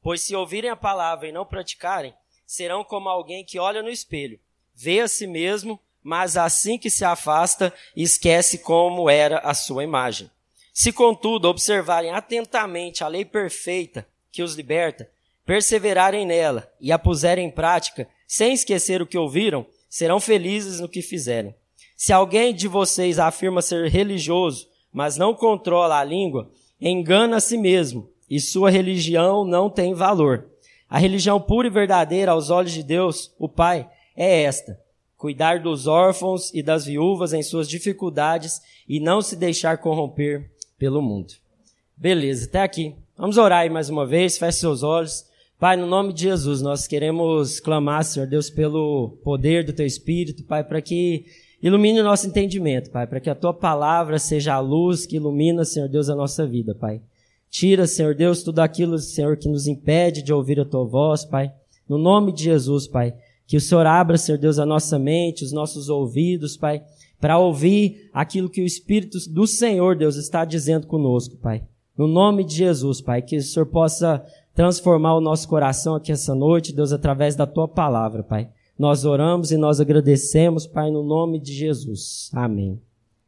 Pois se ouvirem a palavra e não praticarem, serão como alguém que olha no espelho, vê a si mesmo, mas assim que se afasta, esquece como era a sua imagem. Se, contudo, observarem atentamente a lei perfeita que os liberta, perseverarem nela e a puserem em prática, sem esquecer o que ouviram, serão felizes no que fizerem. Se alguém de vocês afirma ser religioso, mas não controla a língua, engana a si mesmo, e sua religião não tem valor. A religião pura e verdadeira aos olhos de Deus, o Pai, é esta: cuidar dos órfãos e das viúvas em suas dificuldades e não se deixar corromper pelo mundo. Beleza, até aqui. Vamos orar aí mais uma vez, feche seus olhos. Pai, no nome de Jesus, nós queremos clamar, Senhor Deus, pelo poder do Teu Espírito, Pai, para que ilumine o nosso entendimento, Pai, para que a Tua palavra seja a luz que ilumina, Senhor Deus, a nossa vida, Pai. Tira, Senhor Deus, tudo aquilo, Senhor, que nos impede de ouvir a Tua voz, Pai. No nome de Jesus, Pai, que o Senhor abra, Senhor Deus, a nossa mente, os nossos ouvidos, Pai, para ouvir aquilo que o Espírito do Senhor, Deus, está dizendo conosco, Pai. No nome de Jesus, Pai, que o Senhor possa transformar o nosso coração aqui essa noite, Deus, através da Tua palavra, Pai. Nós oramos e nós agradecemos, Pai, no nome de Jesus. Amém.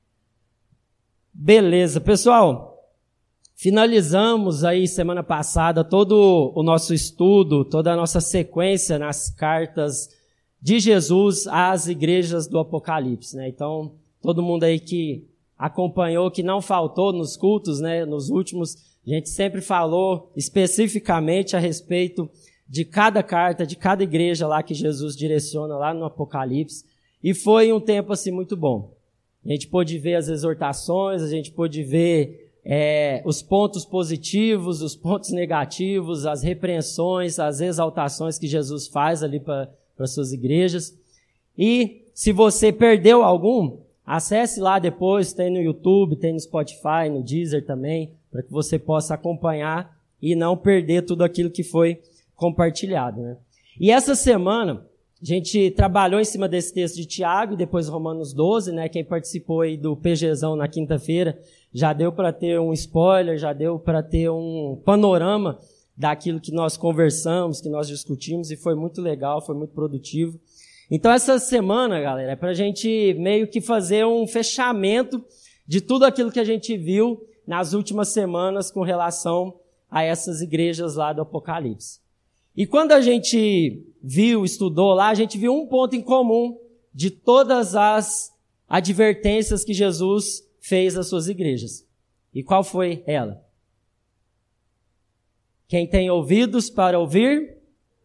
Beleza, pessoal. Finalizamos aí semana passada todo o nosso estudo, toda a nossa sequência nas cartas de Jesus às igrejas do Apocalipse, né? Então, todo mundo aí que acompanhou, que não faltou nos cultos, né? Nos últimos, a gente sempre falou especificamente a respeito de cada carta, de cada igreja lá que Jesus direciona lá no Apocalipse. E foi um tempo assim muito bom. A gente pôde ver as exortações, a gente pôde ver os pontos positivos, os pontos negativos, as repreensões, as exaltações que Jesus faz ali para as suas igrejas. E se você perdeu algum, acesse lá depois, tem no YouTube, tem no Spotify, no Deezer também, para que você possa acompanhar e não perder tudo aquilo que foi compartilhado, né? E essa semana a gente trabalhou em cima desse texto de Tiago e depois Romanos 12, né? Quem participou aí do PGzão na quinta-feira já deu para ter um spoiler, já deu para ter um panorama daquilo que nós conversamos, que nós discutimos, e foi muito legal, foi muito produtivo. Então essa semana, galera, é para a gente meio que fazer um fechamento de tudo aquilo que a gente viu nas últimas semanas com relação a essas igrejas lá do Apocalipse. E quando a gente estudou lá, a gente viu um ponto em comum de todas as advertências que Jesus fez às suas igrejas. E qual foi ela? Quem tem ouvidos para ouvir,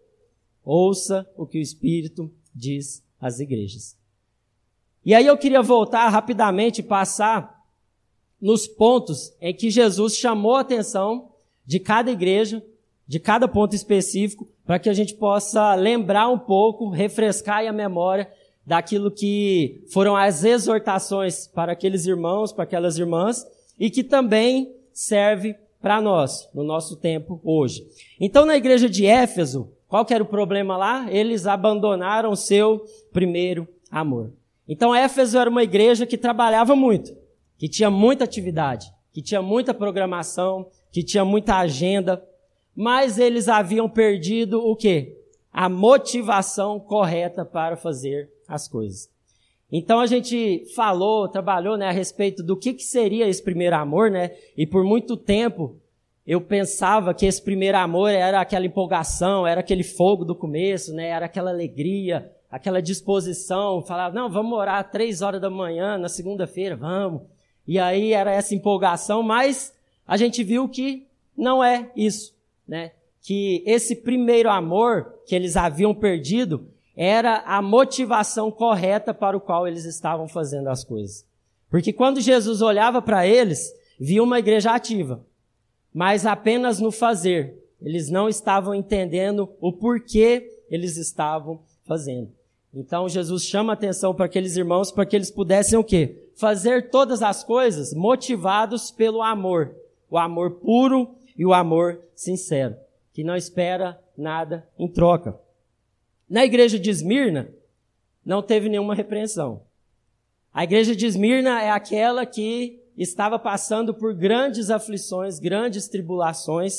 ouça o que o Espírito diz às igrejas. E aí eu queria voltar rapidamente e passar nos pontos em que Jesus chamou a atenção de cada igreja, de cada ponto específico, para que a gente possa lembrar um pouco, refrescar a memória daquilo que foram as exortações para aqueles irmãos, para aquelas irmãs, e que também serve para nós, no nosso tempo hoje. Então, na igreja de Éfeso, qual que era o problema lá? Eles abandonaram o seu primeiro amor. Então, Éfeso era uma igreja que trabalhava muito, que tinha muita atividade, que tinha muita programação, que tinha muita agenda, mas eles haviam perdido o quê? A motivação correta para fazer as coisas. Então a gente trabalhou, né, a respeito do que seria esse primeiro amor, né? E por muito tempo eu pensava que esse primeiro amor era aquela empolgação, era aquele fogo do começo, né? Era aquela alegria, aquela disposição, falava, não, vamos orar 3 horas da manhã na segunda-feira, vamos. E aí era essa empolgação, mas a gente viu que não é isso, né? Que esse primeiro amor que eles haviam perdido era a motivação correta para o qual eles estavam fazendo as coisas. Porque quando Jesus olhava para eles, via uma igreja ativa, mas apenas no fazer. Eles não estavam entendendo o porquê eles estavam fazendo. Então Jesus chama a atenção para aqueles irmãos para que eles pudessem o quê? Fazer todas as coisas motivados pelo amor. O amor puro e o amor sincero, que não espera nada em troca. Na igreja de Esmirna, não teve nenhuma repreensão. A igreja de Esmirna é aquela que estava passando por grandes aflições, grandes tribulações,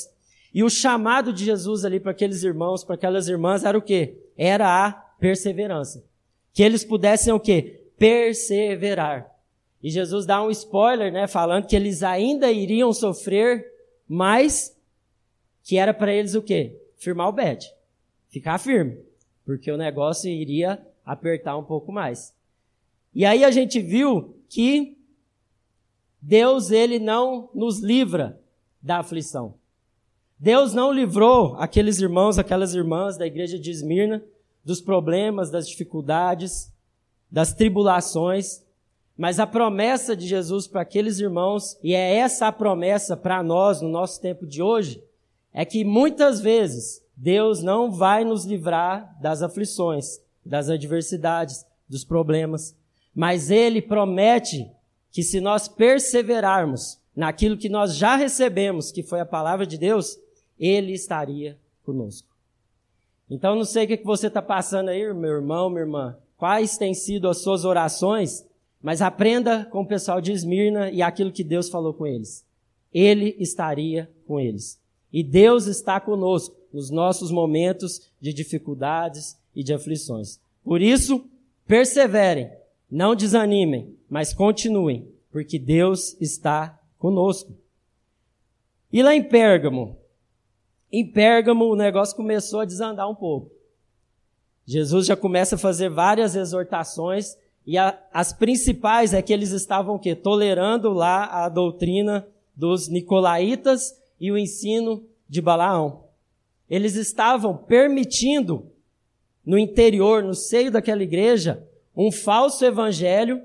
E o chamado de Jesus ali para aqueles irmãos, para aquelas irmãs, era o quê? Era a perseverança. Que eles pudessem o quê? Perseverar. E Jesus dá um spoiler, né? Falando que eles ainda iriam sofrer, mas que era para eles o quê? Firmar o bete. Ficar firme. Porque o negócio iria apertar um pouco mais. E aí a gente viu que Deus, ele não nos livra da aflição. Deus não livrou aqueles irmãos, aquelas irmãs da igreja de Esmirna dos problemas, das dificuldades, das tribulações, mas a promessa de Jesus para aqueles irmãos, e é essa a promessa para nós no nosso tempo de hoje, é que muitas vezes Deus não vai nos livrar das aflições, das adversidades, dos problemas, mas Ele promete que se nós perseverarmos naquilo que nós já recebemos, que foi a palavra de Deus, Ele estaria conosco. Então, não sei o que você está passando aí, meu irmão, minha irmã, quais têm sido as suas orações, mas aprenda com o pessoal de Esmirna e aquilo que Deus falou com eles. Ele estaria com eles. E Deus está conosco nos nossos momentos de dificuldades e de aflições. Por isso, perseverem, não desanimem, mas continuem, porque Deus está conosco. E lá em Pérgamo o negócio começou a desandar um pouco. Jesus já começa a fazer várias exortações e as principais é que eles estavam o quê? Tolerando lá a doutrina dos nicolaítas e o ensino de Balaão. Eles estavam permitindo no interior, no seio daquela igreja, um falso evangelho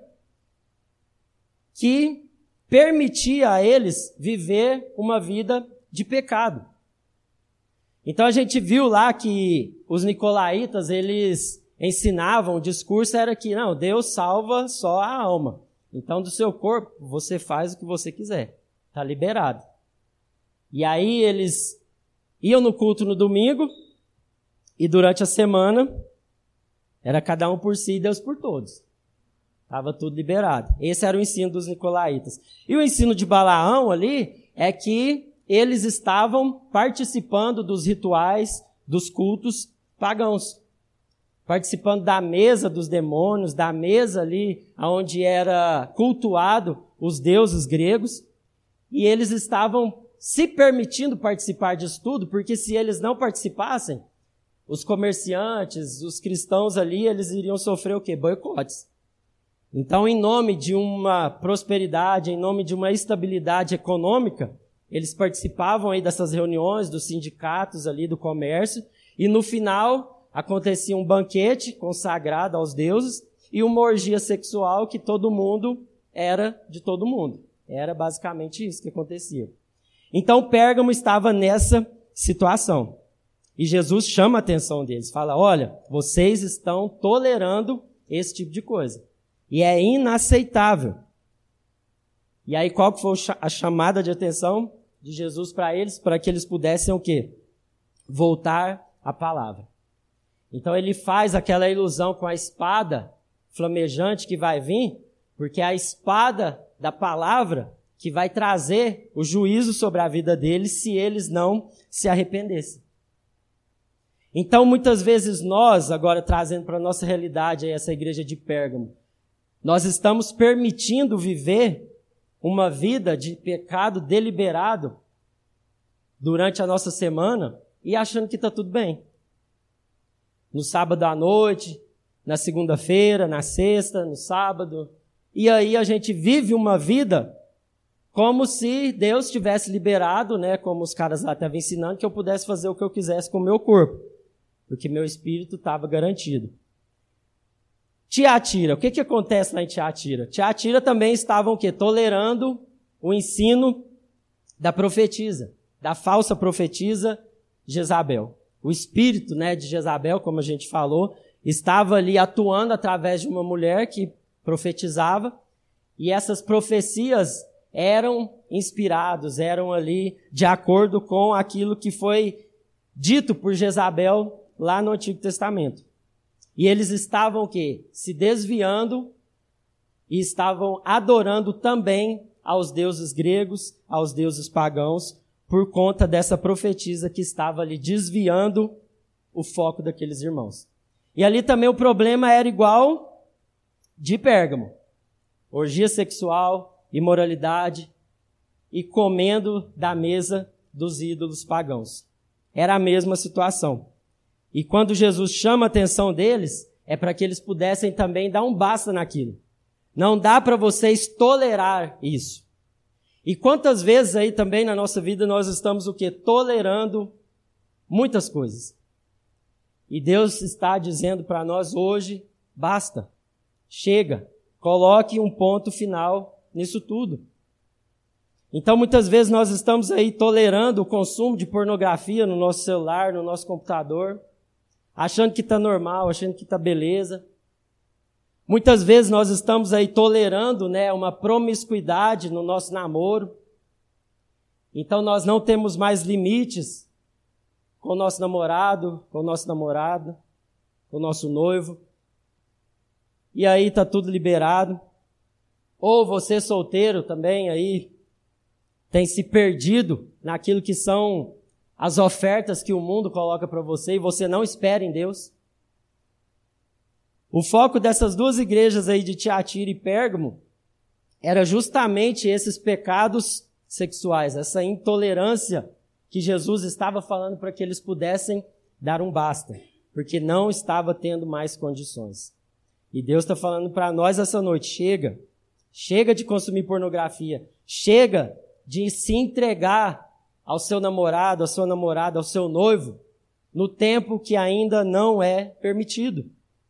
que permitia a eles viver uma vida de pecado. Então a gente viu lá que os nicolaítas, eles ensinavam, o discurso era que, não, Deus salva só a alma. Então do seu corpo você faz o que você quiser, está liberado. E aí eles iam no culto no domingo e durante a semana era cada um por si e Deus por todos. Estava tudo liberado. Esse era o ensino dos nicolaítas. E o ensino de Balaão ali é que eles estavam participando dos rituais, dos cultos pagãos. Participando da mesa dos demônios, da mesa ali onde era cultuado os deuses gregos. E eles estavam se permitindo participar disso tudo, porque se eles não participassem, os comerciantes, os cristãos ali, eles iriam sofrer o quê? Boicotes. Então, em nome de uma prosperidade, em nome de uma estabilidade econômica, eles participavam aí dessas reuniões, dos sindicatos ali, do comércio, e no final acontecia um banquete consagrado aos deuses e uma orgia sexual que todo mundo era de todo mundo. Era basicamente isso que acontecia. Então, Pérgamo estava nessa situação. E Jesus chama a atenção deles, fala, olha, vocês estão tolerando esse tipo de coisa. E é inaceitável. E aí qual que foi a chamada de atenção de Jesus para eles? Para que eles pudessem o quê? Voltar à palavra. Então ele faz aquela ilusão com a espada flamejante que vai vir, porque é a espada da palavra que vai trazer o juízo sobre a vida deles se eles não se arrependessem. Então, muitas vezes nós, agora trazendo para a nossa realidade aí, essa igreja de Pérgamo, nós estamos permitindo viver uma vida de pecado deliberado durante a nossa semana e achando que está tudo bem. No sábado à noite, na segunda-feira, na sexta, no sábado. E aí a gente vive uma vida como se Deus tivesse liberado, né, como os caras lá estavam ensinando, que eu pudesse fazer o que eu quisesse com o meu corpo. Porque meu espírito estava garantido. Tiatira, o que acontece lá em Tiatira? Tiatira também estavam o quê? Tolerando o ensino da profetisa, da falsa profetisa Jezabel. O espírito, né, de Jezabel, como a gente falou, estava ali atuando através de uma mulher que profetizava, e essas profecias eram inspirados, eram ali de acordo com aquilo que foi dito por Jezabel lá no Antigo Testamento. E eles estavam o quê? Se desviando e estavam adorando também aos deuses gregos, aos deuses pagãos, por conta dessa profetisa que estava ali desviando o foco daqueles irmãos. E ali também o problema era igual de Pérgamo. Orgia sexual, imoralidade e comendo da mesa dos ídolos pagãos. Era a mesma situação. E quando Jesus chama a atenção deles, é para que eles pudessem também dar um basta naquilo. Não dá para vocês tolerar isso. E quantas vezes aí também na nossa vida nós estamos o quê? Tolerando muitas coisas. E Deus está dizendo para nós hoje, basta, chega, coloque um ponto final nisso tudo. Então muitas vezes nós estamos aí tolerando o consumo de pornografia no nosso celular, no nosso computador, achando que está normal, achando que está beleza. Muitas vezes nós estamos aí tolerando, uma promiscuidade no nosso namoro. Então nós não temos mais limites com o nosso namorado, com a nossa namorada, com o nosso noivo. E aí está tudo liberado. Ou você solteiro também aí tem se perdido naquilo que são as ofertas que o mundo coloca para você e você não espera em Deus. O foco dessas duas igrejas aí de Tiatira e Pérgamo era justamente esses pecados sexuais, essa intolerância que Jesus estava falando para que eles pudessem dar um basta, porque não estava tendo mais condições. E Deus está falando para nós essa noite, chega de consumir pornografia, chega de se entregar ao seu namorado, à sua namorada, ao seu noivo, no tempo que ainda não é permitido.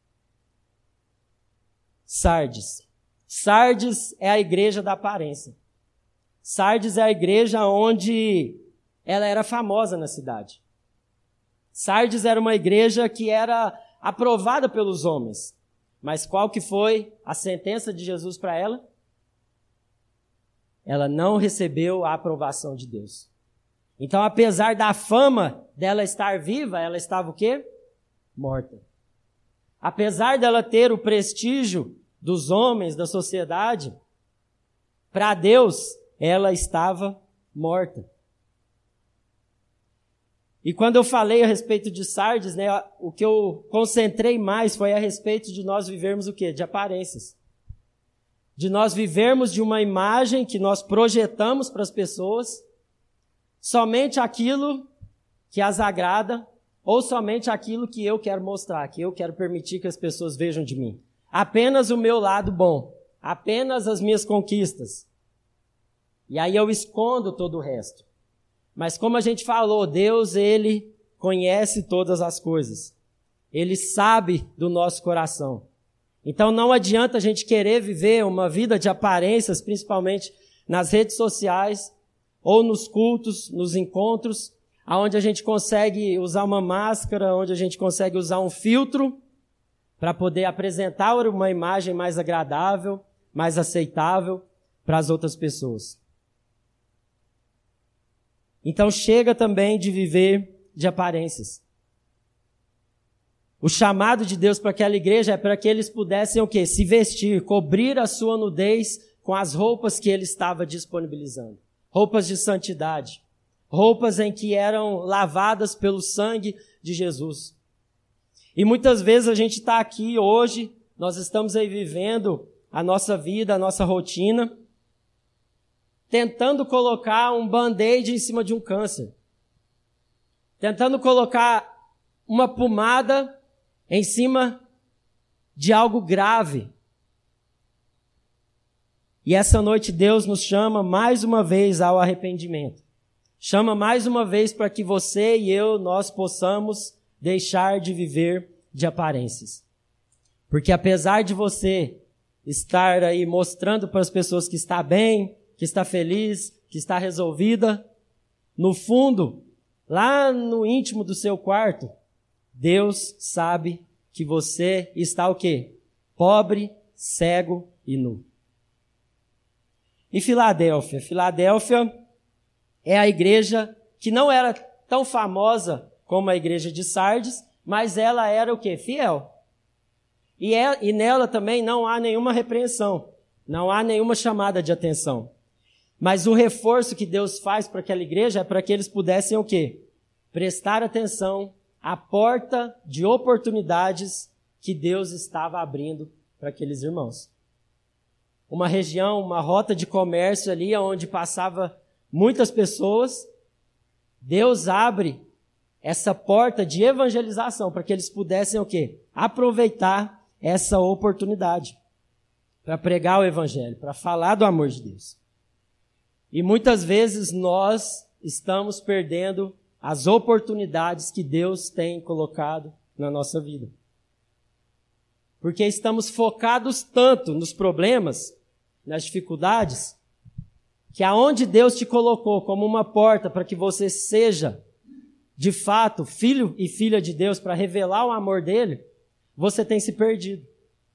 Sardes. Sardes é a igreja da aparência. Sardes é a igreja onde ela era famosa na cidade. Sardes era uma igreja que era aprovada pelos homens. Mas qual que foi a sentença de Jesus para ela? Ela não recebeu a aprovação de Deus. Então, apesar da fama dela estar viva, ela estava o quê? Morta. Apesar dela ter o prestígio dos homens, da sociedade, para Deus, ela estava morta. E quando eu falei a respeito de Sardes, o que eu concentrei mais foi a respeito de nós vivermos o quê? De aparências. De nós vivermos de uma imagem que nós projetamos para as pessoas, somente aquilo que as agrada, ou somente aquilo que eu quero mostrar, que eu quero permitir que as pessoas vejam de mim. Apenas o meu lado bom, apenas as minhas conquistas. E aí eu escondo todo o resto. Mas como a gente falou, Deus, Ele conhece todas as coisas. Ele sabe do nosso coração. Então não adianta a gente querer viver uma vida de aparências, principalmente nas redes sociais, ou nos cultos, nos encontros, onde a gente consegue usar uma máscara, onde a gente consegue usar um filtro para poder apresentar uma imagem mais agradável, mais aceitável para as outras pessoas. Então chega também de viver de aparências. O chamado de Deus para aquela igreja é para que eles pudessem o quê? Se vestir, cobrir a sua nudez com as roupas que Ele estava disponibilizando. Roupas de santidade. Roupas em que eram lavadas pelo sangue de Jesus. E muitas vezes a gente está aqui hoje, nós estamos aí vivendo a nossa vida, a nossa rotina, tentando colocar um band-aid em cima de um câncer. Tentando colocar uma pomada em cima de algo grave. E essa noite Deus nos chama mais uma vez ao arrependimento. Chama mais uma vez para que você e eu, nós possamos deixar de viver de aparências. Porque apesar de você estar aí mostrando para as pessoas que está bem, que está feliz, que está resolvida, no fundo, lá no íntimo do seu quarto, Deus sabe que você está o quê? Pobre, cego e nu. E Filadélfia? Filadélfia é a igreja que não era tão famosa como a igreja de Sardes, mas ela era o quê? Fiel. E nela também não há nenhuma repreensão, não há nenhuma chamada de atenção. Mas o reforço que Deus faz para aquela igreja é para que eles pudessem o quê? Prestar atenção à porta de oportunidades que Deus estava abrindo para aqueles irmãos. Uma região, uma rota de comércio ali onde passava muitas pessoas, Deus abre essa porta de evangelização para que eles pudessem o quê? Aproveitar essa oportunidade para pregar o evangelho, para falar do amor de Deus. E muitas vezes nós estamos perdendo as oportunidades que Deus tem colocado na nossa vida. Porque estamos focados tanto nos problemas, nas dificuldades, que aonde Deus te colocou como uma porta para que você seja, de fato, filho e filha de Deus, para revelar o amor dele, você tem se perdido.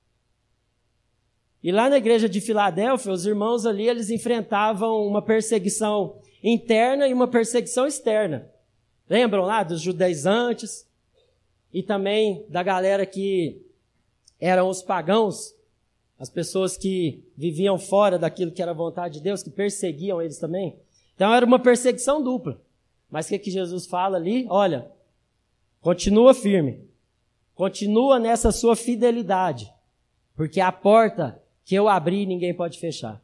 E lá na igreja de Filadélfia, os irmãos ali, eles enfrentavam uma perseguição interna e uma perseguição externa. Lembram lá dos judaizantes e também da galera que eram os pagãos, as pessoas que viviam fora daquilo que era a vontade de Deus, que perseguiam eles também. Então era uma perseguição dupla. Mas o que Jesus fala ali? Olha, continua firme, continua nessa sua fidelidade, porque a porta que eu abri, ninguém pode fechar.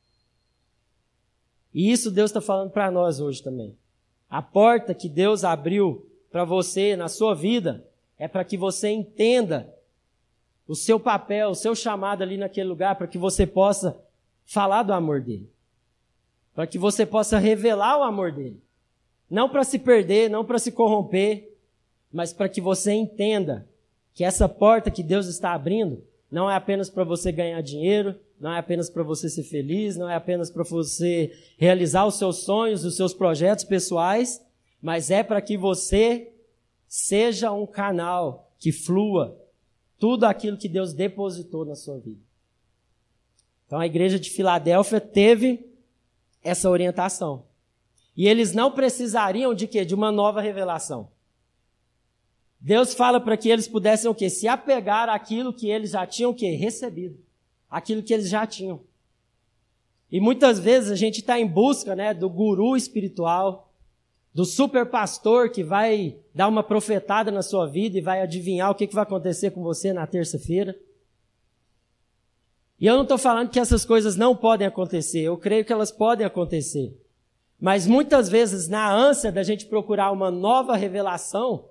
E isso Deus está falando para nós hoje também. A porta que Deus abriu para você na sua vida é para que você entenda o seu papel, o seu chamado ali naquele lugar, para que você possa falar do amor dele. Para que você possa revelar o amor dele. Não para se perder, não para se corromper, mas para que você entenda que essa porta que Deus está abrindo não é apenas para você ganhar dinheiro, não é apenas para você ser feliz, não é apenas para você realizar os seus sonhos, os seus projetos pessoais, mas é para que você seja um canal que flua tudo aquilo que Deus depositou na sua vida. Então a igreja de Filadélfia teve essa orientação. E eles não precisariam de quê? De uma nova revelação. Deus fala para que eles pudessem o quê? Se apegar àquilo que eles já tinham o quê? Recebido. Aquilo que eles já tinham. E muitas vezes a gente está em busca, né, do guru espiritual, do super pastor que vai dar uma profetada na sua vida e vai adivinhar o que vai acontecer com você na terça-feira. E eu não estou falando que essas coisas não podem acontecer, eu creio que elas podem acontecer. Mas muitas vezes, na ânsia da gente procurar uma nova revelação,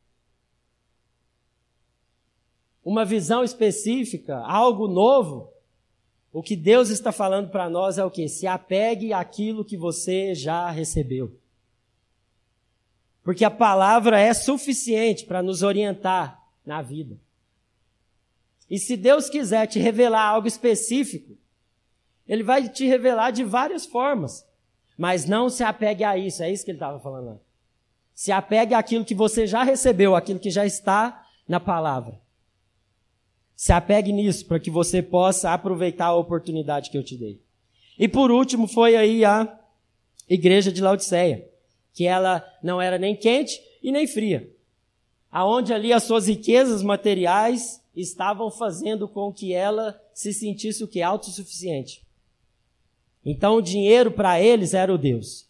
uma visão específica, algo novo, o que Deus está falando para nós é o quê? Se apegue àquilo que você já recebeu. Porque a palavra é suficiente para nos orientar na vida. E se Deus quiser te revelar algo específico, Ele vai te revelar de várias formas. Mas não se apegue a isso, é isso que ele estava falando lá. Se apegue àquilo que você já recebeu, àquilo que já está na palavra. Se apegue nisso, para que você possa aproveitar a oportunidade que eu te dei. E por último foi aí a igreja de Laodiceia, que ela não era nem quente e nem fria. Aonde ali as suas riquezas materiais estavam fazendo com que ela se sentisse o quê? Autossuficiente. Então o dinheiro para eles era o Deus.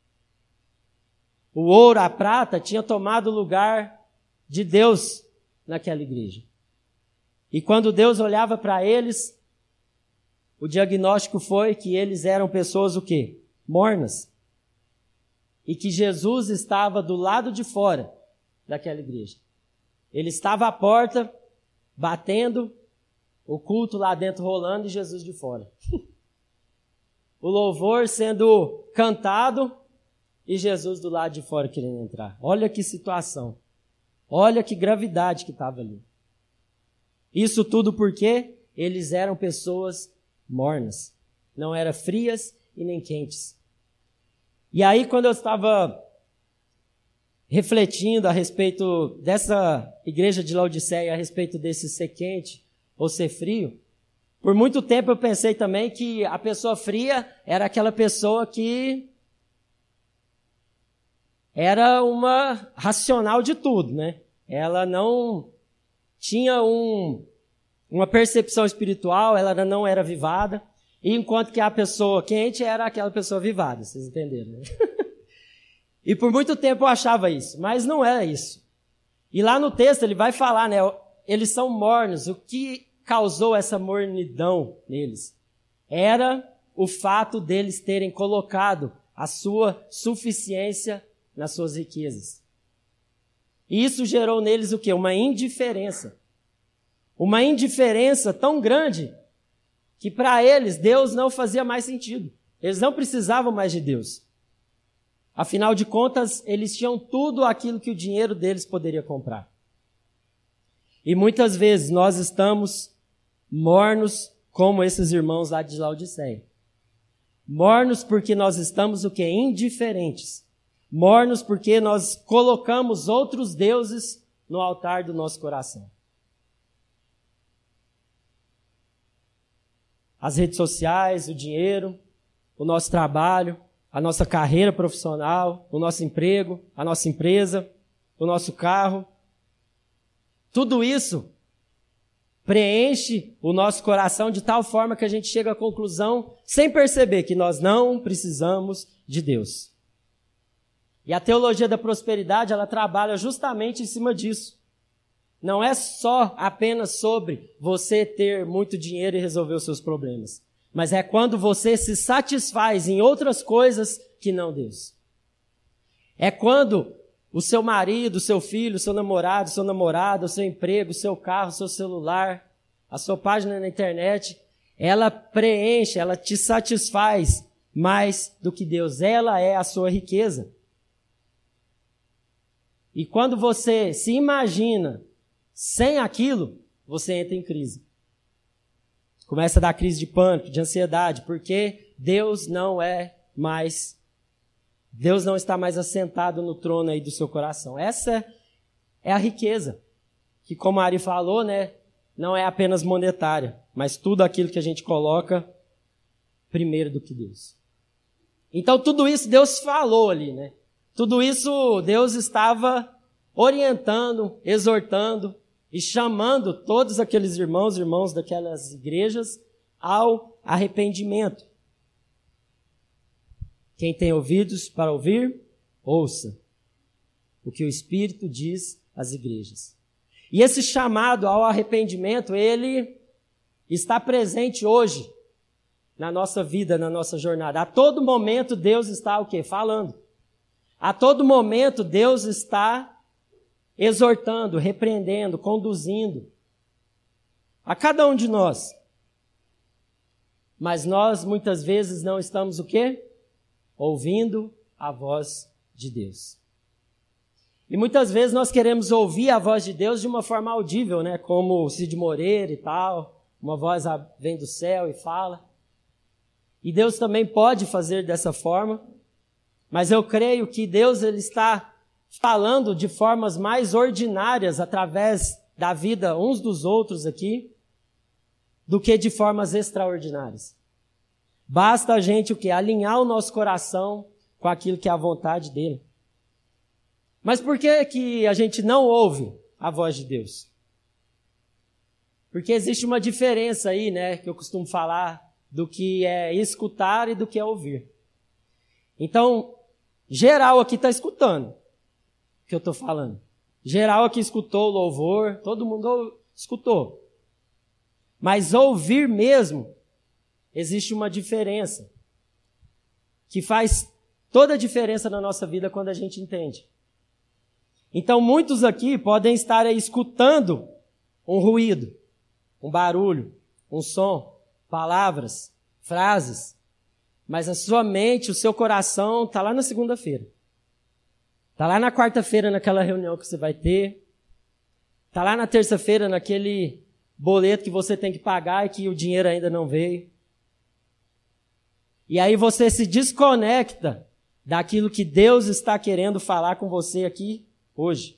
O ouro, a prata tinha tomado o lugar de Deus naquela igreja. E quando Deus olhava para eles, o diagnóstico foi que eles eram pessoas o quê? Mornas. E que Jesus estava do lado de fora daquela igreja. Ele estava à porta, batendo, o culto lá dentro rolando e Jesus de fora. O louvor sendo cantado e Jesus do lado de fora querendo entrar. Olha que situação. Olha que gravidade que estava ali. Isso tudo porque eles eram pessoas mornas. Não eram frias e nem quentes. E aí, quando eu estava refletindo a respeito dessa igreja de Laodiceia, a respeito desse ser quente ou ser frio, por muito tempo eu pensei também que a pessoa fria era aquela pessoa que era uma racional de tudo, né? Ela não tinha uma percepção espiritual, ela não era avivada. E enquanto que a pessoa quente era aquela pessoa avivada, vocês entenderam, né? E por muito tempo eu achava isso, mas não é isso. E lá no texto ele vai falar, né? Eles são mornos. O que causou essa mornidão neles era o fato deles terem colocado a sua suficiência nas suas riquezas. E isso gerou neles o quê? Uma indiferença. Uma indiferença tão grande que para eles Deus não fazia mais sentido. Eles não precisavam mais de Deus. Afinal de contas, eles tinham tudo aquilo que o dinheiro deles poderia comprar. E muitas vezes nós estamos mornos como esses irmãos lá de Laodiceia. Mornos porque nós estamos o quê? Indiferentes. Mornos porque nós colocamos outros deuses no altar do nosso coração. As redes sociais, o dinheiro, o nosso trabalho, a nossa carreira profissional, o nosso emprego, a nossa empresa, o nosso carro. Tudo isso preenche o nosso coração de tal forma que a gente chega à conclusão, sem perceber, que nós não precisamos de Deus. E a teologia da prosperidade, ela trabalha justamente em cima disso. Não é só apenas sobre você ter muito dinheiro e resolver os seus problemas. Mas é quando você se satisfaz em outras coisas que não Deus. É quando o seu marido, o seu filho, o seu namorado, sua namorada, o seu emprego, o seu carro, o seu celular, a sua página na internet, ela preenche, ela te satisfaz mais do que Deus. Ela é a sua riqueza. E quando você se imagina sem aquilo, você entra em crise. Começa a dar crise de pânico, de ansiedade, porque Deus não está mais assentado no trono aí do seu coração. Essa é a riqueza, que como a Ari falou, né, não é apenas monetária, mas tudo aquilo que a gente coloca primeiro do que Deus. Então tudo isso Deus falou ali, né? Tudo isso Deus estava orientando, exortando e chamando todos aqueles irmãos daquelas igrejas ao arrependimento. Quem tem ouvidos para ouvir, ouça o que o Espírito diz às igrejas. E esse chamado ao arrependimento, ele está presente hoje na nossa vida, na nossa jornada. A todo momento Deus está o quê? Falando. A todo momento Deus está exortando, repreendendo, conduzindo a cada um de nós. Mas nós muitas vezes não estamos o quê? Ouvindo a voz de Deus. E muitas vezes nós queremos ouvir a voz de Deus de uma forma audível, né? Como o Cid Moreira e tal. Uma voz vem do céu e fala. E Deus também pode fazer dessa forma. Mas eu creio que Deus ele está falando de formas mais ordinárias através da vida uns dos outros aqui, do que de formas extraordinárias. Basta a gente o quê? Alinhar o nosso coração com aquilo que é a vontade dele. Mas por que que a gente não ouve a voz de Deus? Porque existe uma diferença aí, né, que eu costumo falar do que é escutar e do que é ouvir. Então, geral aqui está escutando o que eu estou falando. Geral aqui escutou o louvor, todo mundo escutou. Mas ouvir mesmo, existe uma diferença que faz toda a diferença na nossa vida quando a gente entende. Então, muitos aqui podem estar aí escutando um ruído, um barulho, um som, palavras, frases, mas a sua mente, o seu coração está lá na segunda-feira. Está lá na quarta-feira naquela reunião que você vai ter. Está lá na terça-feira naquele boleto que você tem que pagar e que o dinheiro ainda não veio. E aí você se desconecta daquilo que Deus está querendo falar com você aqui hoje.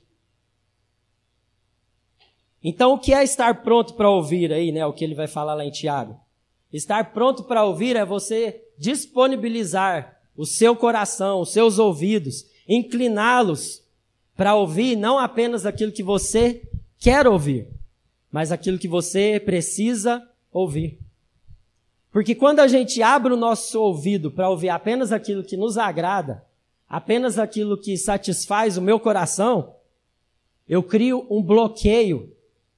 Então, o que é estar pronto para ouvir aí, né? O que ele vai falar lá em Tiago. Estar pronto para ouvir é você disponibilizar o seu coração, os seus ouvidos, incliná-los para ouvir não apenas aquilo que você quer ouvir, mas aquilo que você precisa ouvir. Porque quando a gente abre o nosso ouvido para ouvir apenas aquilo que nos agrada, apenas aquilo que satisfaz o meu coração, eu crio um bloqueio.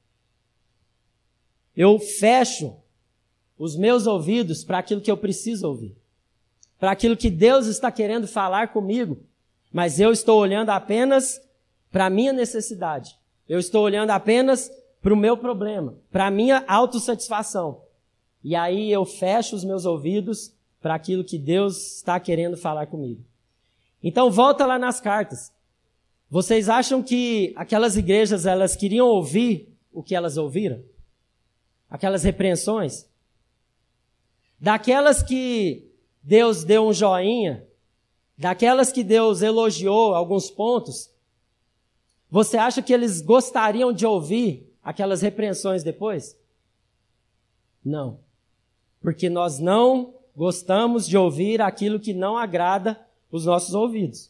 Eu fecho os meus ouvidos para aquilo que eu preciso ouvir, para aquilo que Deus está querendo falar comigo, mas eu estou olhando apenas para a minha necessidade. Eu estou olhando apenas para o meu problema, para a minha autossatisfação. E aí eu fecho os meus ouvidos para aquilo que Deus está querendo falar comigo. Então volta lá nas cartas. Vocês acham que aquelas igrejas, elas queriam ouvir o que elas ouviram? Aquelas repreensões? Daquelas que Deus deu um joinha, daquelas que Deus elogiou alguns pontos, você acha que eles gostariam de ouvir aquelas repreensões depois? Não. Porque nós não gostamos de ouvir aquilo que não agrada os nossos ouvidos.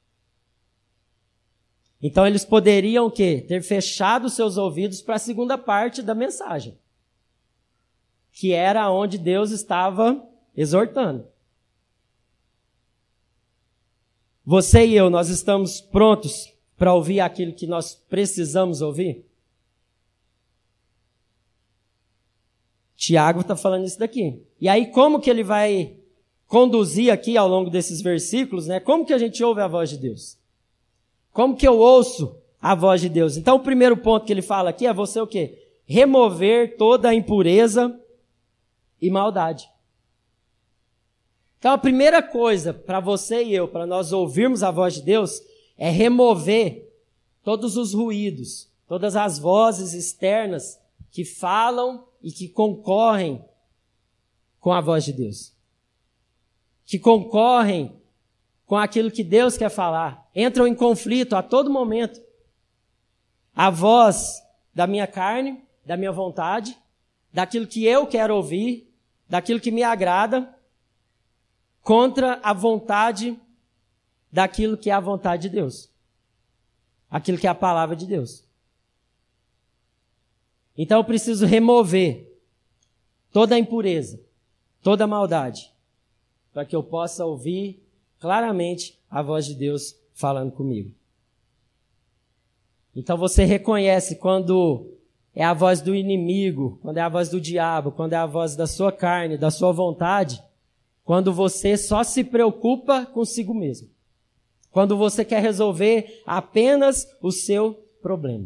Então eles poderiam o quê? Ter fechado seus ouvidos para a segunda parte da mensagem, que era onde Deus estava exortando. Você e eu, nós estamos prontos para ouvir aquilo que nós precisamos ouvir? Tiago está falando isso daqui. E aí como que ele vai conduzir aqui ao longo desses versículos, né? Como que a gente ouve a voz de Deus? Como que eu ouço a voz de Deus? Então o primeiro ponto que ele fala aqui é você o quê? Remover toda a impureza e maldade. Então a primeira coisa para você e eu, para nós ouvirmos a voz de Deus, é remover todos os ruídos, todas as vozes externas que falam e que concorrem com a voz de Deus. Que concorrem com aquilo que Deus quer falar. Entram em conflito a todo momento. A voz da minha carne, da minha vontade, daquilo que eu quero ouvir, daquilo que me agrada, contra a vontade daquilo que é a vontade de Deus. Aquilo que é a palavra de Deus. Então eu preciso remover toda a impureza, toda a maldade, para que eu possa ouvir claramente a voz de Deus falando comigo. Então você reconhece quando é a voz do inimigo, quando é a voz do diabo, quando é a voz da sua carne, da sua vontade, quando você só se preocupa consigo mesmo. Quando você quer resolver apenas o seu problema.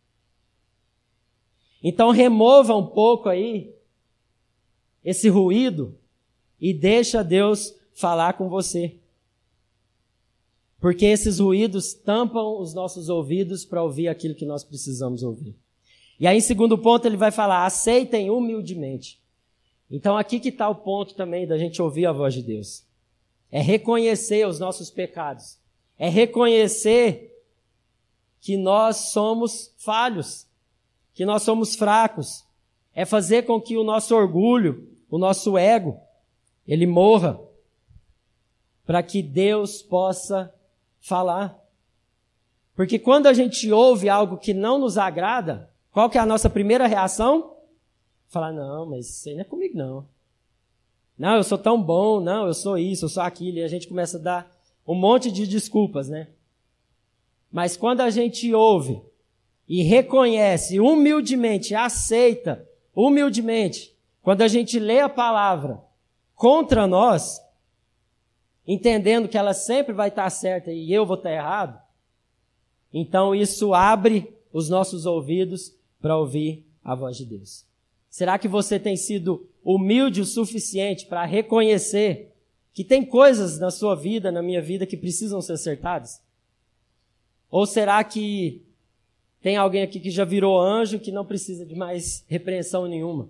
Então remova um pouco aí esse ruído e deixa Deus falar com você. Porque esses ruídos tampam os nossos ouvidos para ouvir aquilo que nós precisamos ouvir. E aí, em segundo ponto, ele vai falar, aceitem humildemente. Então, aqui que está o ponto também da gente ouvir a voz de Deus. É reconhecer os nossos pecados. É reconhecer que nós somos falhos, que nós somos fracos. É fazer com que o nosso orgulho, o nosso ego, ele morra, para que Deus possa falar. Porque quando a gente ouve algo que não nos agrada, qual que é a nossa primeira reação? Falar, não, mas isso aí não é comigo não. Não, eu sou tão bom, não, eu sou isso, eu sou aquilo, e a gente começa a dar um monte de desculpas, né? Mas quando a gente ouve e reconhece humildemente, aceita humildemente, quando a gente lê a palavra contra nós, entendendo que ela sempre vai estar certa e eu vou estar errado, então isso abre os nossos ouvidos para ouvir a voz de Deus. Será que você tem sido humilde o suficiente para reconhecer que tem coisas na sua vida, na minha vida, que precisam ser acertadas? Ou será que tem alguém aqui que já virou anjo que não precisa de mais repreensão nenhuma?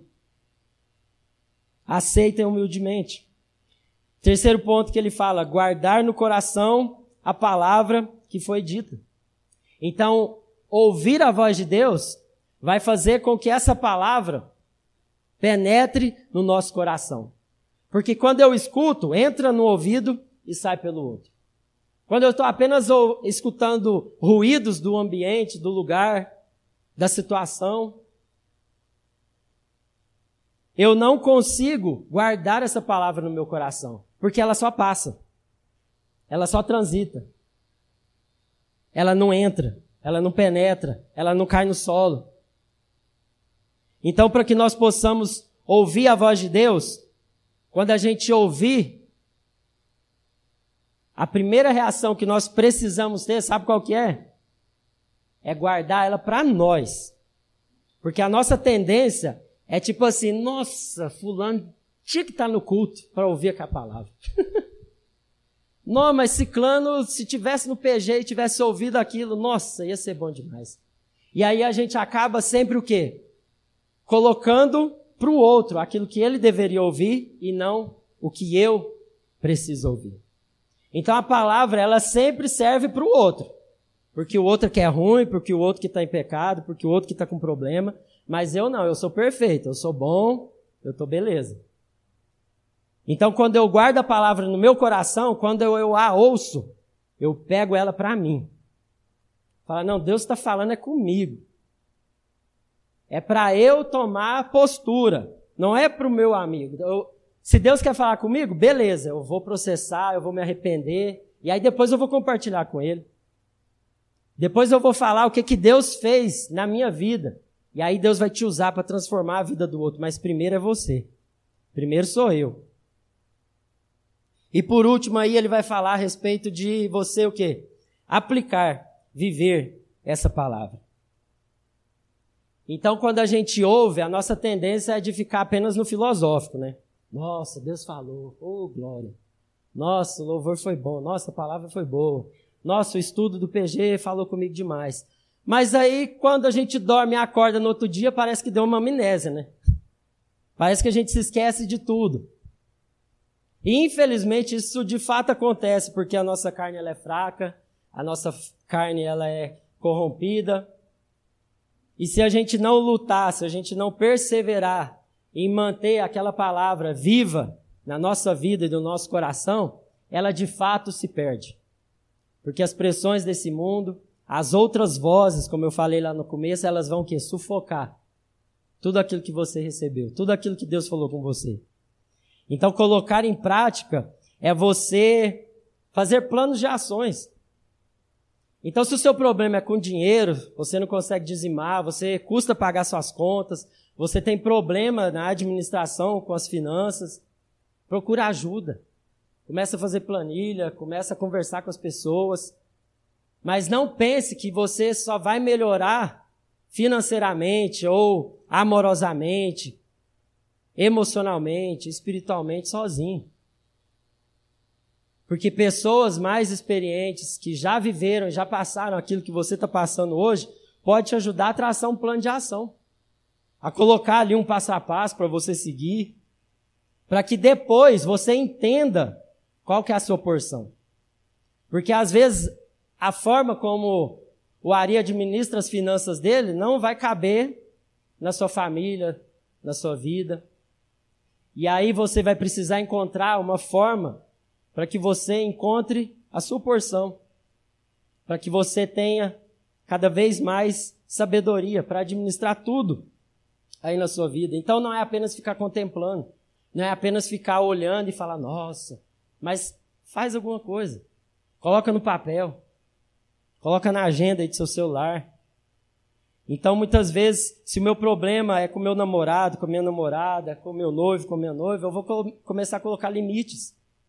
Aceitem humildemente. Terceiro ponto que ele fala, guardar no coração a palavra que foi dita. Então, ouvir a voz de Deus vai fazer com que essa palavra penetre no nosso coração. Porque quando eu escuto, entra no ouvido e sai pelo outro. Quando eu estou apenas escutando ruídos do ambiente, do lugar, da situação, eu não consigo guardar essa palavra no meu coração, porque ela só passa. Ela só transita. Ela não entra, ela não penetra, ela não cai no solo. Então, para que nós possamos ouvir a voz de Deus, quando a gente ouvir, a primeira reação que nós precisamos ter, sabe qual que é? É guardar ela para nós. Porque a nossa tendência é tipo assim, nossa, fulano tinha que estar no culto para ouvir aquela palavra. Não, mas ciclano, se tivesse no PG e tivesse ouvido aquilo, nossa, ia ser bom demais. E aí a gente acaba sempre o quê? Colocando para o outro aquilo que ele deveria ouvir e não o que eu preciso ouvir. Então a palavra, ela sempre serve para o outro. Porque o outro que é ruim, porque o outro que está em pecado, porque o outro que está com problema. Mas eu não, eu sou perfeito, eu sou bom, eu estou beleza. Então quando eu guardo a palavra no meu coração, quando eu a ouço, eu pego ela para mim. Fala, não, Deus está falando é comigo. É para eu tomar postura, não é para o meu amigo. Se Deus quer falar comigo, beleza, eu vou processar, eu vou me arrepender, e aí depois eu vou compartilhar com ele. Depois eu vou falar o que Deus fez na minha vida, e aí Deus vai te usar para transformar a vida do outro, mas primeiro é você, primeiro sou eu. E por último aí ele vai falar a respeito de você o quê? Aplicar, viver essa palavra. Então quando a gente ouve, a nossa tendência é de ficar apenas no filosófico, né? Nossa, Deus falou, oh glória. Nossa, o louvor foi bom, nossa, a palavra foi boa. Nossa, o estudo do PG falou comigo demais. Mas aí, quando a gente dorme e acorda no outro dia, parece que deu uma amnésia, né? Parece que a gente se esquece de tudo. E, infelizmente, isso de fato acontece, porque a nossa carne ela é fraca, a nossa carne ela é corrompida. E se a gente não lutar, se a gente não perseverar em manter aquela palavra viva na nossa vida e no nosso coração, ela de fato se perde. Porque as pressões desse mundo, as outras vozes, como eu falei lá no começo, elas vão o quê? Sufocar tudo aquilo que você recebeu, tudo aquilo que Deus falou com você. Então, colocar em prática é você fazer planos de ações. Então, se o seu problema é com dinheiro, você não consegue dizimar, você custa pagar suas contas, você tem problema na administração com as finanças, procura ajuda. Começa a fazer planilha, começa a conversar com as pessoas. Mas não pense que você só vai melhorar financeiramente ou amorosamente, emocionalmente, espiritualmente sozinho. Porque pessoas mais experientes que já viveram, já passaram aquilo que você está passando hoje, pode te ajudar a traçar um plano de ação. A colocar ali um passo a passo para você seguir, para que depois você entenda qual que é a sua porção. Porque às vezes a forma como o Ari administra as finanças dele não vai caber na sua família, na sua vida. E aí você vai precisar encontrar uma forma para que você encontre a sua porção, para que você tenha cada vez mais sabedoria para administrar tudo aí na sua vida. Então não é apenas ficar contemplando, não é apenas ficar olhando e falar, nossa, mas faz alguma coisa. Coloca no papel, coloca na agenda aí do seu celular. Então muitas vezes, se o meu problema é com o meu namorado, com a minha namorada, com o meu noivo, com a minha noiva, eu vou começar a colocar limites.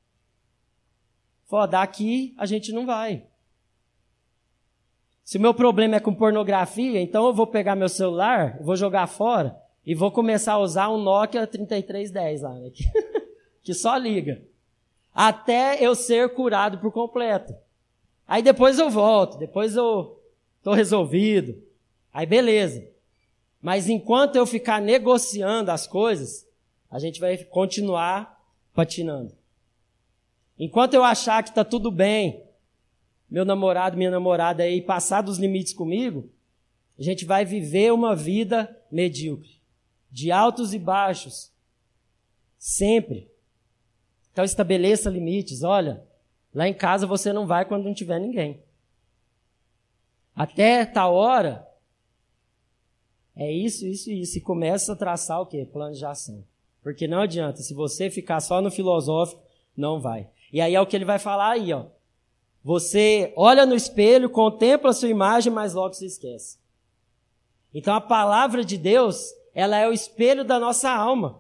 Daqui a gente não vai. Se o meu problema é com pornografia, então eu vou pegar meu celular, vou jogar fora e vou começar a usar um Nokia 3310 lá, né? Que só liga. Até eu ser curado por completo. Aí depois eu volto, depois eu estou resolvido. Aí beleza. Mas enquanto eu ficar negociando as coisas, a gente vai continuar patinando. Enquanto eu achar que está tudo bem, meu namorado, minha namorada aí, passar dos limites comigo, a gente vai viver uma vida medíocre, de altos e baixos, sempre. Então estabeleça limites. Olha, lá em casa você não vai quando não tiver ninguém. Até tal hora, é isso, isso e isso. E começa a traçar o quê? Plano de ação. Porque não adianta, se você ficar só no filosófico, não vai. E aí é o que ele vai falar aí, ó. Você olha no espelho, contempla a sua imagem, mas logo se esquece. Então a palavra de Deus, ela é o espelho da nossa alma.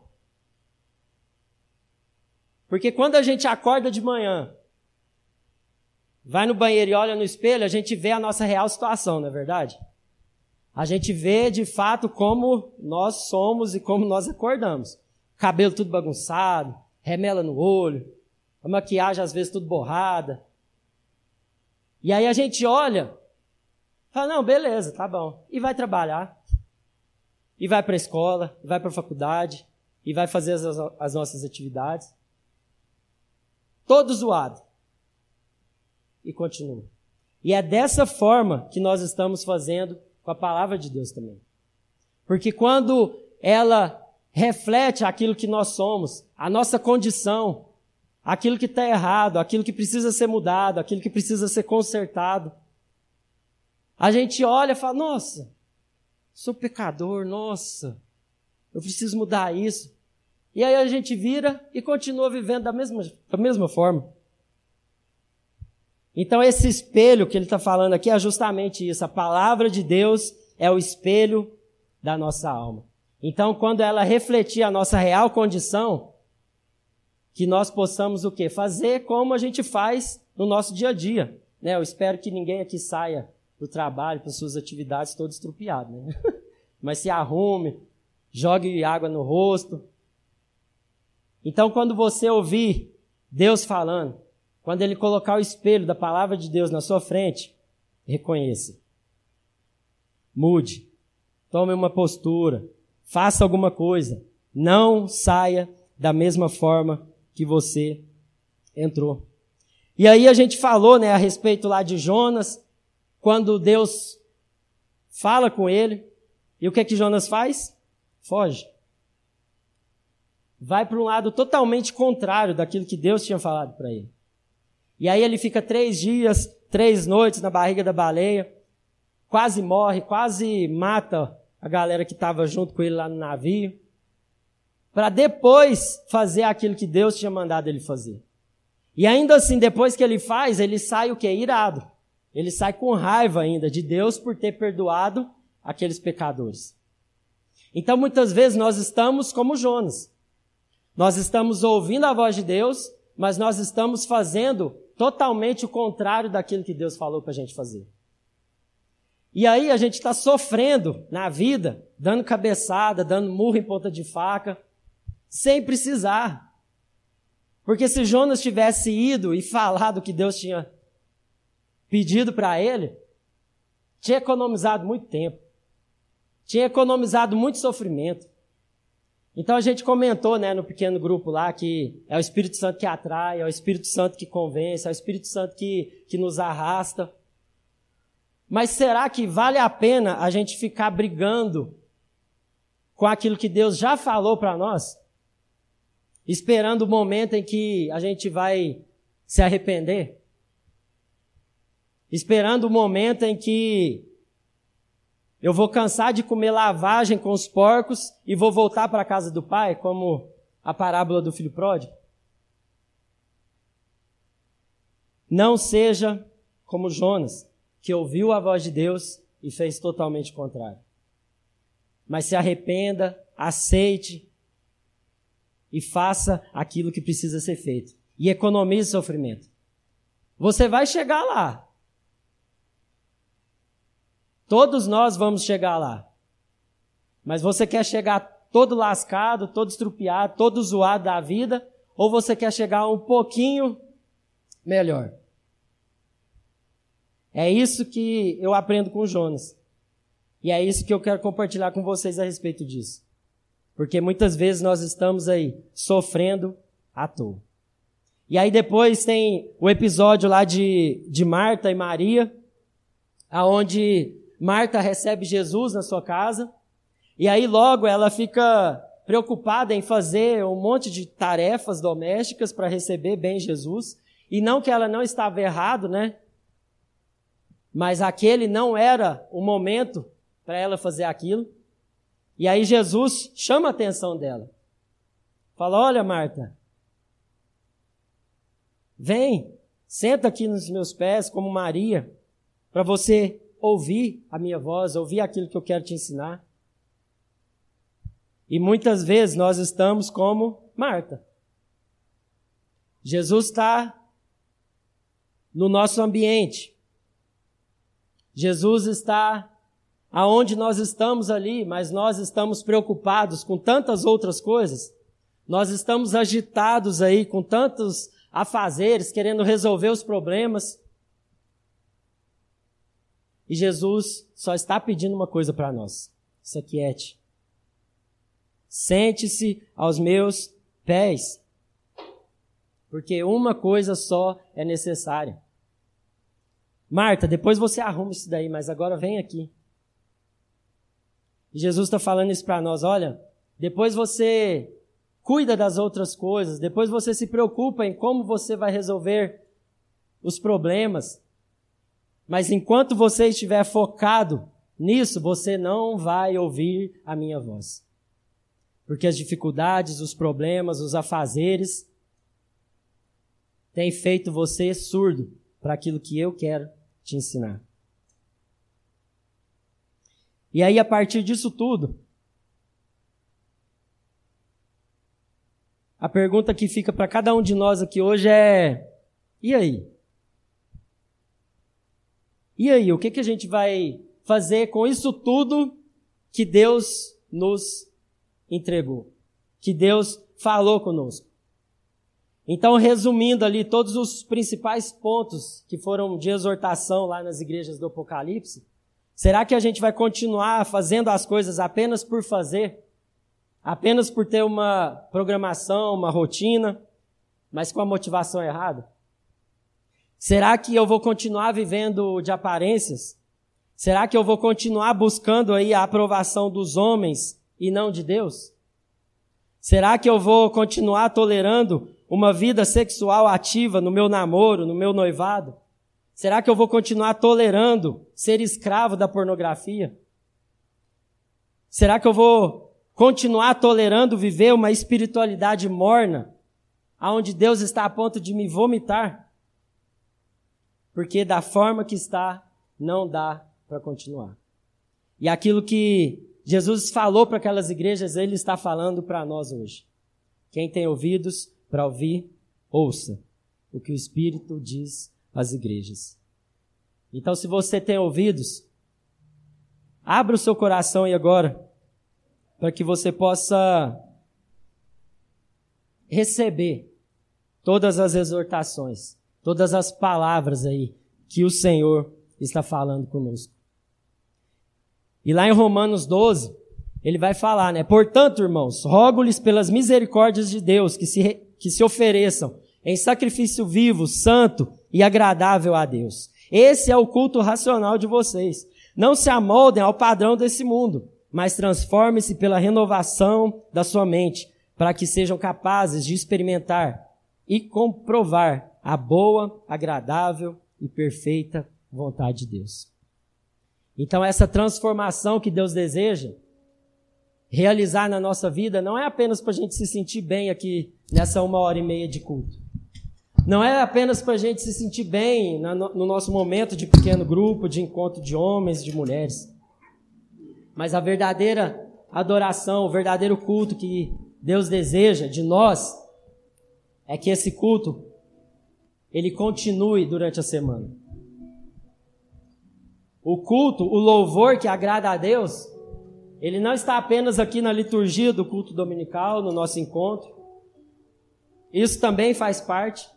Porque quando a gente acorda de manhã, vai no banheiro e olha no espelho, a gente vê a nossa real situação, não é verdade? A gente vê de fato como nós somos e como nós acordamos. Cabelo tudo bagunçado, remela no olho, a maquiagem às vezes tudo borrada. E aí a gente olha, fala, não, beleza, tá bom. E vai trabalhar, e vai para a escola, e vai para a faculdade, e vai fazer as nossas atividades. Todo zoado. E continua. E é dessa forma que nós estamos fazendo com a palavra de Deus também. Porque quando ela reflete aquilo que nós somos, a nossa condição, aquilo que está errado, aquilo que precisa ser mudado, aquilo que precisa ser consertado, a gente olha e fala, nossa, sou pecador, nossa, eu preciso mudar isso. E aí a gente vira e continua vivendo da mesma forma. Então esse espelho que ele está falando aqui é justamente isso. A palavra de Deus é o espelho da nossa alma. Então quando ela refletir a nossa real condição, que nós possamos o quê? Fazer como a gente faz no nosso dia a dia. Né? Eu espero que ninguém aqui saia do trabalho, para suas atividades todo estrupiado. Né? Mas se arrume, jogue água no rosto. Então quando você ouvir Deus falando, quando ele colocar o espelho da palavra de Deus na sua frente, reconheça. Mude. Tome uma postura. Faça alguma coisa. Não saia da mesma forma que você entrou. E aí a gente falou, né, a respeito lá de Jonas, quando Deus fala com ele, e o que é que Jonas faz? Foge. Vai para um lado totalmente contrário daquilo que Deus tinha falado para ele. E aí ele fica 3 dias, 3 noites na barriga da baleia, quase morre, quase mata a galera que estava junto com ele lá no navio, para depois fazer aquilo que Deus tinha mandado ele fazer. E ainda assim, depois que ele faz, ele sai o quê? Irado. Ele sai com raiva ainda de Deus por ter perdoado aqueles pecadores. Então, muitas vezes, nós estamos como Jonas. Nós estamos ouvindo a voz de Deus, mas nós estamos fazendo totalmente o contrário daquilo que Deus falou para a gente fazer. E aí a gente está sofrendo na vida, dando cabeçada, dando murro em ponta de faca, sem precisar. Porque se Jonas tivesse ido e falado o que Deus tinha pedido para ele, tinha economizado muito tempo, tinha economizado muito sofrimento. Então a gente comentou, né, no pequeno grupo lá que é o Espírito Santo que atrai, é o Espírito Santo que convence, é o Espírito Santo que nos arrasta. Mas será que vale a pena a gente ficar brigando com aquilo que Deus já falou para nós? Esperando o momento em que a gente vai se arrepender? Esperando o momento em que eu vou cansar de comer lavagem com os porcos e vou voltar para a casa do pai, como a parábola do filho pródigo? Não seja como Jonas, que ouviu a voz de Deus e fez totalmente o contrário. Mas se arrependa, aceite e faça aquilo que precisa ser feito. E economize sofrimento. Você vai chegar lá. Todos nós vamos chegar lá. Mas você quer chegar todo lascado, todo estrupiado, todo zoado da vida, ou você quer chegar um pouquinho melhor? É isso que eu aprendo com Jonas. E é isso que eu quero compartilhar com vocês a respeito disso. Porque muitas vezes nós estamos aí sofrendo à toa. E aí depois tem o episódio lá de Marta e Maria, aonde Marta recebe Jesus na sua casa, e aí logo ela fica preocupada em fazer um monte de tarefas domésticas para receber bem Jesus, e não que ela não estava errado, né? Mas aquele não era o momento para ela fazer aquilo. E aí Jesus chama a atenção dela. Fala, olha, Marta, vem, senta aqui nos meus pés como Maria, para você ouvir a minha voz, ouvir aquilo que eu quero te ensinar. E muitas vezes nós estamos como Marta. Jesus está no nosso ambiente. Jesus está aonde nós estamos ali, mas nós estamos preocupados com tantas outras coisas. Nós estamos agitados aí com tantos afazeres, querendo resolver os problemas. E Jesus só está pedindo uma coisa para nós. Se aquiete. Sente-se aos meus pés. Porque uma coisa só é necessária. Marta, depois você arruma isso daí, mas agora vem aqui. E Jesus está falando isso para nós. Olha, depois você cuida das outras coisas, depois você se preocupa em como você vai resolver os problemas. Mas enquanto você estiver focado nisso, você não vai ouvir a minha voz. Porque as dificuldades, os problemas, os afazeres têm feito você surdo para aquilo que eu quero te ensinar. E aí, a partir disso tudo, a pergunta que fica para cada um de nós aqui hoje é: e aí? E aí, o que a gente vai fazer com isso tudo que Deus nos entregou? Que Deus falou conosco? Então, resumindo ali todos os principais pontos que foram de exortação lá nas igrejas do Apocalipse, será que a gente vai continuar fazendo as coisas apenas por fazer? Apenas por ter uma programação, uma rotina, mas com a motivação errada? Será que eu vou continuar vivendo de aparências? Será que eu vou continuar buscando aí a aprovação dos homens e não de Deus? Será que eu vou continuar tolerando uma vida sexual ativa no meu namoro, no meu noivado? Será que eu vou continuar tolerando ser escravo da pornografia? Será que eu vou continuar tolerando viver uma espiritualidade morna, aonde Deus está a ponto de me vomitar? Porque da forma que está, não dá para continuar. E aquilo que Jesus falou para aquelas igrejas, Ele está falando para nós hoje. Quem tem ouvidos para ouvir, ouça o que o Espírito diz às igrejas. Então, se você tem ouvidos, abra o seu coração aí agora, para que você possa receber todas as exortações, todas as palavras aí que o Senhor está falando conosco. E lá em Romanos 12, ele vai falar, né? Portanto, irmãos, rogo-lhes pelas misericórdias de Deus que se ofereçam em sacrifício vivo, santo e agradável a Deus. Esse é o culto racional de vocês. Não se amoldem ao padrão desse mundo, mas transformem-se pela renovação da sua mente, para que sejam capazes de experimentar e comprovar a boa, agradável e perfeita vontade de Deus. Então, essa transformação que Deus deseja realizar na nossa vida não é apenas para a gente se sentir bem aqui nessa 1h30 de culto. Não é apenas para a gente se sentir bem no nosso momento de pequeno grupo, de encontro de homens e de mulheres. Mas a verdadeira adoração, o verdadeiro culto que Deus deseja de nós é que esse culto, ele continue durante a semana. O culto, o louvor que agrada a Deus, ele não está apenas aqui na liturgia do culto dominical, no nosso encontro. Isso também faz parte.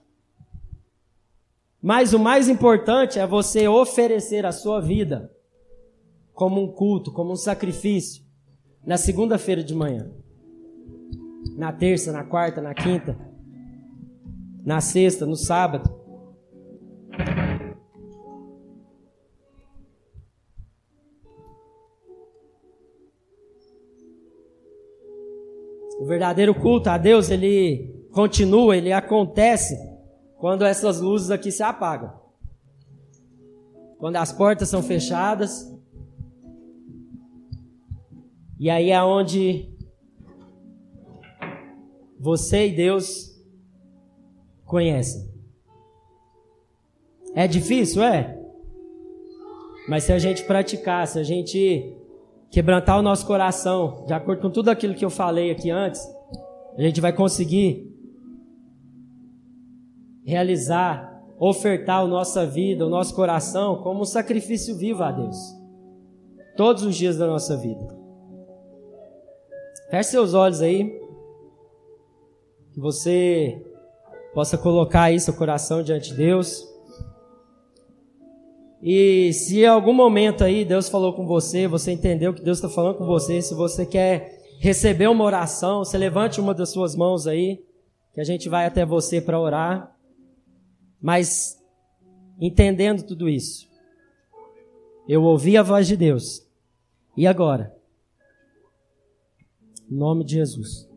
Mas o mais importante é você oferecer a sua vida como um culto, como um sacrifício, na segunda-feira de manhã, na terça, na quarta, na quinta, na sexta, no sábado. O verdadeiro culto a Deus, ele continua, ele acontece quando essas luzes aqui se apagam. Quando as portas são fechadas. E aí é onde você e Deus conhecem. É difícil? É. Mas se a gente praticar, se a gente quebrantar o nosso coração, de acordo com tudo aquilo que eu falei aqui antes, a gente vai conseguir realizar, ofertar a nossa vida, o nosso coração como um sacrifício vivo a Deus. Todos os dias da nossa vida. Feche seus olhos aí. Que você possa colocar aí seu coração diante de Deus. E se em algum momento aí Deus falou com você, você entendeu que Deus está falando com você, se você quer receber uma oração, você levante uma das suas mãos aí, que a gente vai até você para orar. Mas, entendendo tudo isso, eu ouvi a voz de Deus. E agora? Em nome de Jesus.